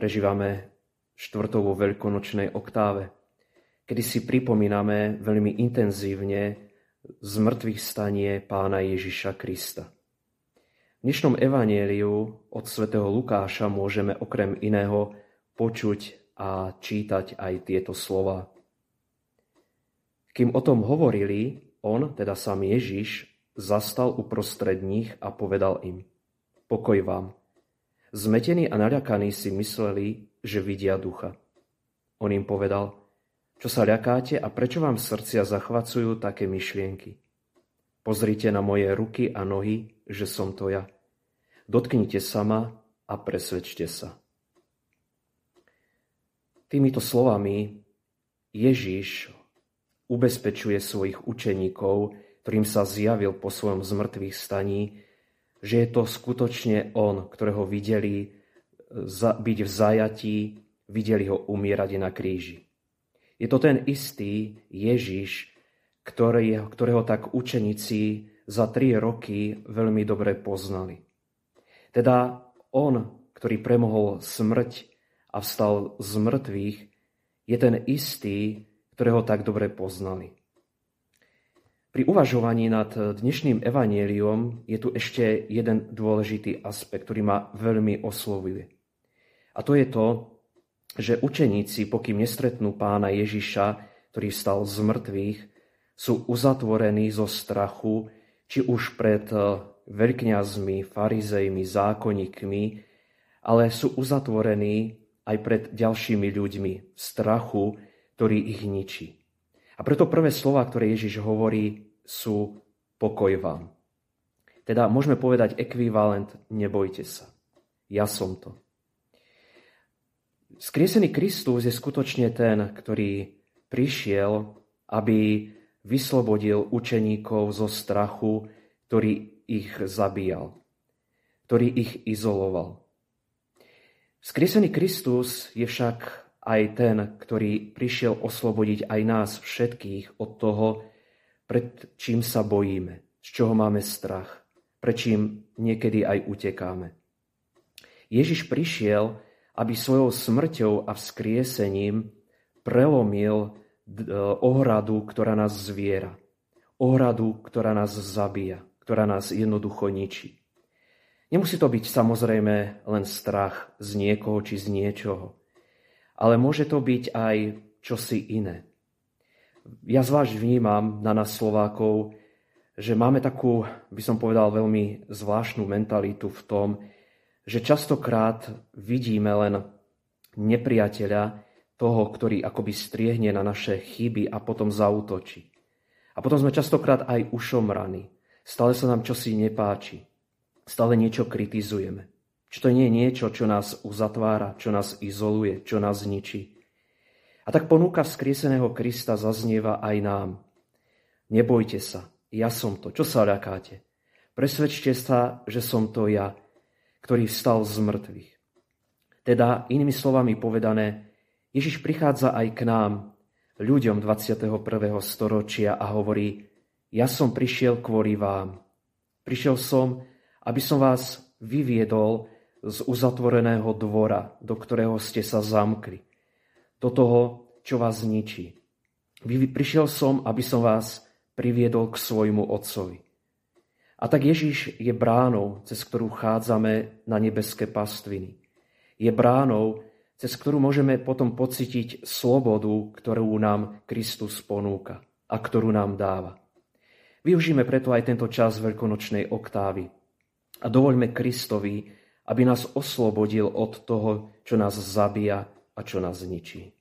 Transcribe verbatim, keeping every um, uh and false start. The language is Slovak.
prežívame štvrtou vo veľkonočnej oktáve, kedy si pripomíname veľmi intenzívne zmrtvých stanie Pána Ježiša Krista. V dnešnom evanjeliu od svätého Lukáša môžeme okrem iného počuť a čítať aj tieto slová. Kým o tom hovorili, on, teda sám Ježiš, zastal uprostred nich a povedal im: Pokoj vám. Zmetení a naľakaní si mysleli, že vidia ducha. On im povedal: Čo sa ľakáte a prečo vám srdcia zachvacujú také myšlienky? Pozrite na moje ruky a nohy, že som to ja. Dotknite sa ma a presvedčte sa. Týmito slovami Ježiš ubezpečuje svojich učeníkov, ktorým sa zjavil po svojom zmrtvých staní, že je to skutočne on, ktorého videli byť v zajatí, videli ho umierať na kríži. Je to ten istý Ježiš, ktorý, ktorého tak učeníci za tri roky veľmi dobre poznali. Teda on, ktorý premohol smrť a vstal z mŕtvych, je ten istý, ktorého tak dobre poznali. Pri uvažovaní nad dnešným evanjeliom je tu ešte jeden dôležitý aspekt, ktorý ma veľmi oslovuje. A to je to, že učeníci, pokým nestretnú Pána Ježiša, ktorý vstal z mŕtvych, sú uzatvorení zo strachu, či už pred veľkňazmi, farizejmi, zákonníkmi, ale sú uzatvorení aj pred ďalšími ľuďmi v strachu, ktorý ich ničí. A preto prvé slová, ktoré Ježiš hovorí, sú pokoj vám. Teda môžeme povedať ekvivalent nebojte sa. Ja som to. Skriesený Kristus je skutočne ten, ktorý prišiel, aby vyslobodil učeníkov zo strachu, ktorý ich zabíjal, ktorý ich izoloval. Skriesený Kristus je však aj ten, ktorý prišiel oslobodiť aj nás všetkých od toho, pred čím sa bojíme, z čoho máme strach, pred čím niekedy aj utekáme. Ježiš prišiel, aby svojou smrťou a vzkriesením prelomil ohradu, ktorá nás zviera. Ohradu, ktorá nás zabíja, ktorá nás jednoducho ničí. Nemusí to byť samozrejme len strach z niekoho či z niečoho, ale môže to byť aj čosi iné. Ja zvlášť vnímam na nás Slovákov, že máme takú, by som povedal, veľmi zvláštnu mentalitu v tom, že častokrát vidíme len nepriateľa, toho, ktorý akoby striehne na naše chyby a potom zaútočí. A potom sme častokrát aj ušomraní. Stále sa nám čosi nepáči. Stále niečo kritizujeme. Či to nie je niečo, čo nás uzatvára, čo nás izoluje, čo nás ničí. A tak ponúka vzkrieseného Krista zaznieva aj nám. Nebojte sa, ja som to. Čo sa ľakáte? Presvedčte sa, že som to ja, ktorý vstal z mŕtvych. Teda, inými slovami povedané, Ježiš prichádza aj k nám, ľuďom dvadsiateho prvého storočia a hovorí: Ja som prišiel kvôli vám. Prišiel som, aby som vás vyviedol z uzatvoreného dvora, do ktorého ste sa zamkli, do toho, čo vás ničí. Prišiel som, aby som vás priviedol k svojmu Otcovi. A tak Ježiš je bránou, cez ktorú chádzame na nebeské pastviny. Je bránou, cez ktorú môžeme potom pocítiť slobodu, ktorú nám Kristus ponúka a ktorú nám dáva. Využíme preto aj tento čas veľkonočnej oktávy a dovoľme Kristovi, aby nás oslobodil od toho, čo nás zabíja a čo nás ničí.